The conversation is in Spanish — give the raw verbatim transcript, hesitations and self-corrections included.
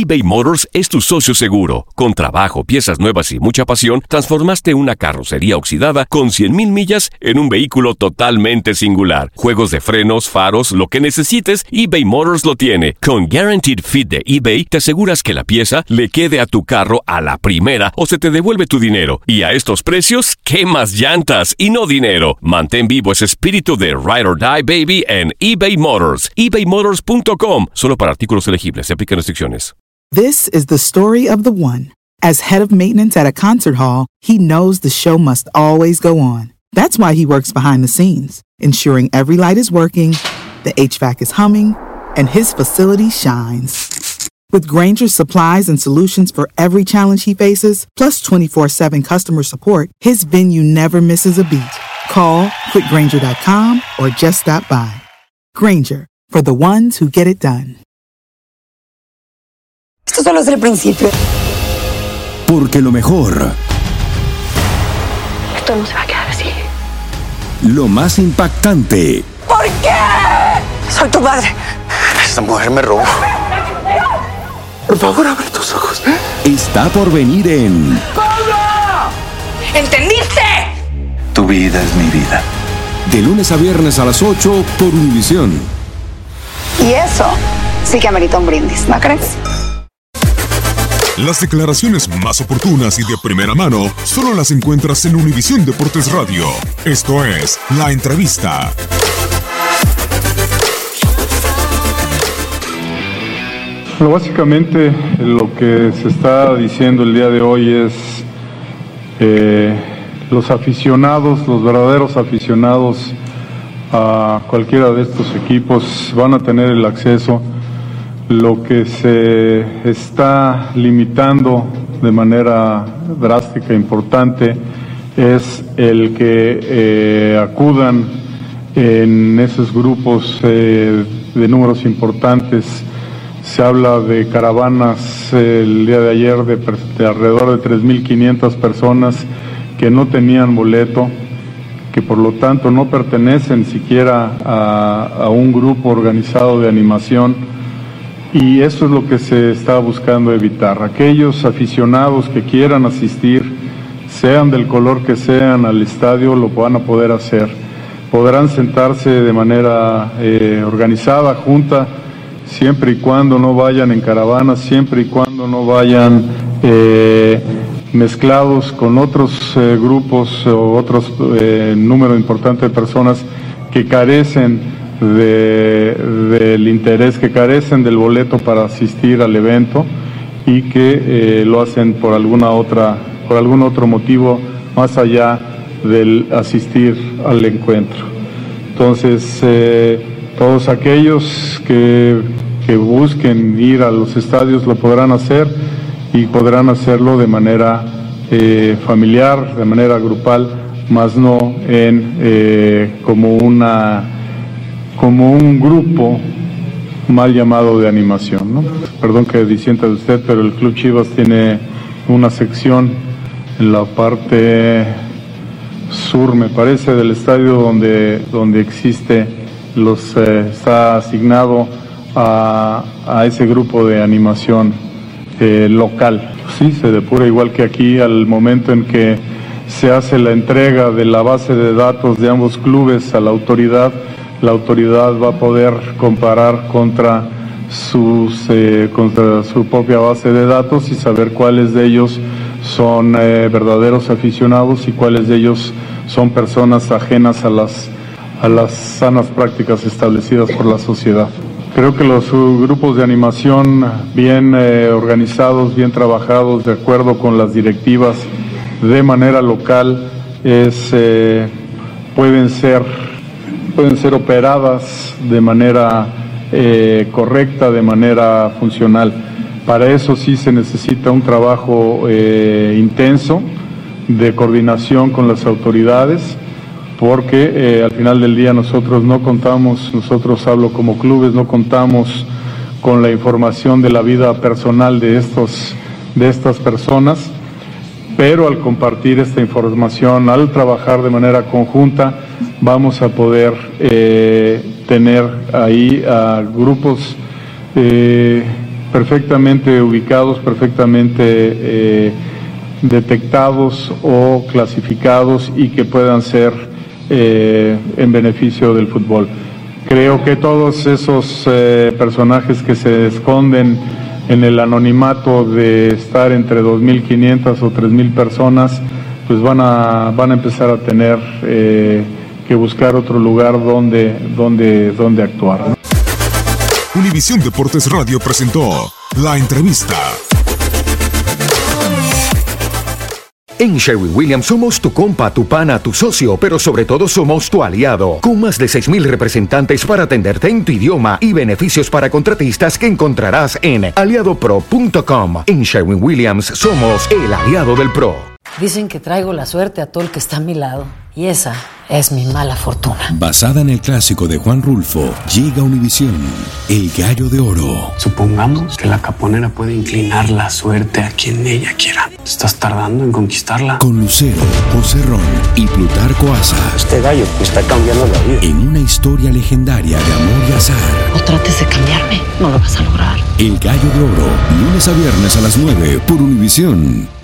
eBay Motors es tu socio seguro. Con trabajo, piezas nuevas y mucha pasión, transformaste una carrocería oxidada con cien mil millas en un vehículo totalmente singular. Juegos de frenos, faros, lo que necesites, eBay Motors lo tiene. Con Guaranteed Fit de eBay, te aseguras que la pieza le quede a tu carro a la primera o se te devuelve tu dinero. Y a estos precios, ¿qué más llantas y no dinero? Mantén vivo ese espíritu de Ride or Die, baby, en eBay Motors. ebay motors punto com. Solo para artículos elegibles. Se aplican restricciones. This is the story of the one. As head of maintenance at a concert hall, he knows the show must always go on. That's why he works behind the scenes, ensuring every light is working, the H V A C is humming, and his facility shines. With Grainger's supplies and solutions for every challenge he faces, plus twenty-four seven customer support, his venue never misses a beat. Call quick grainger dot com or just stop by. Grainger, for the ones who get it done. Esto solo es el principio. Porque lo mejor... Esto no se va a quedar así. Lo más impactante... ¿Por qué? Soy tu padre. Esta mujer me robó. Por favor, abre tus ojos. Está por venir en... ¡Pablo! ¿Entendiste? Tu vida es mi vida. De lunes a viernes a las ocho por Univisión. Y eso sí que amerita un brindis, ¿no crees? Las declaraciones más oportunas y de primera mano solo las encuentras en Univisión Deportes Radio. Esto es La Entrevista. Bueno, básicamente lo que se está diciendo el día de hoy es eh, los aficionados, los verdaderos aficionados a cualquiera de estos equipos van a tener el acceso. Lo que se está limitando de manera drástica e importante es el que eh, acudan en esos grupos eh, de números importantes. Se habla de caravanas eh, el día de ayer de, de alrededor de tres mil quinientas personas que no tenían boleto, que por lo tanto no pertenecen siquiera a, a un grupo organizado de animación. Y eso es lo que se está buscando evitar. Aquellos aficionados que quieran asistir, sean del color que sean, al estadio, lo van a poder hacer. Podrán sentarse de manera eh, organizada, junta, siempre y cuando no vayan en caravanas, siempre y cuando no vayan eh, mezclados con otros eh, grupos o otros eh, número importante de personas que carecen de, del interés, que carecen del boleto para asistir al evento y que eh, lo hacen por alguna otra, por algún otro motivo más allá del asistir al encuentro. Entonces, eh, todos aquellos que, que busquen ir a los estadios lo podrán hacer y podrán hacerlo de manera eh, familiar, de manera grupal, más no en eh, como una como un grupo mal llamado de animación, ¿no? Perdón que disienta de usted, pero el Club Chivas tiene una sección en la parte sur, me parece, del estadio donde, donde existe, los eh, está asignado a, a ese grupo de animación eh, local. Sí, se depura igual que aquí al momento en que se hace la entrega de la base de datos de ambos clubes a la autoridad. La autoridad va a poder comparar contra, sus, eh, contra su propia base de datos y saber cuáles de ellos son eh, verdaderos aficionados y cuáles de ellos son personas ajenas a las, a las sanas prácticas establecidas por la sociedad. Creo que los uh, grupos de animación bien eh, organizados, bien trabajados, de acuerdo con las directivas de manera local, es, eh, pueden ser pueden ser operadas de manera eh, correcta, de manera funcional. Para eso sí se necesita un trabajo eh, intenso de coordinación con las autoridades, porque eh, al final del día nosotros no contamos, nosotros hablo como clubes, no contamos con la información de la vida personal de estos, de estas personas, pero al compartir esta información, al trabajar de manera conjunta, vamos a poder eh, tener ahí a grupos eh, perfectamente ubicados, perfectamente eh, detectados o clasificados y que puedan ser eh, en beneficio del fútbol. Creo que todos esos eh, personajes que se esconden en el anonimato de estar entre dos mil quinientas o tres mil personas, pues van a, van a empezar a tener eh, que buscar otro lugar donde, donde, donde actuar, ¿no? Univisión Deportes Radio presentó La Entrevista. En Sherwin-Williams somos tu compa, tu pana, tu socio, pero sobre todo somos tu aliado, con más de seis mil representantes para atenderte en tu idioma y beneficios para contratistas que encontrarás en aliado pro punto com. En Sherwin-Williams somos el aliado del pro. Dicen que traigo la suerte a todo el que está a mi lado, y esa es mi mala fortuna. Basada en el clásico de Juan Rulfo, llega Univisión, El Gallo de Oro. Supongamos que la caponera puede inclinar la suerte a quien ella quiera. ¿Estás tardando en conquistarla? Con Lucero, José Ron y Plutarco Asa. Este gallo me está cambiando la vida. En una historia legendaria de amor y azar. No trates de cambiarme, no lo vas a lograr. El Gallo de Oro, lunes a viernes a las nueve por Univisión.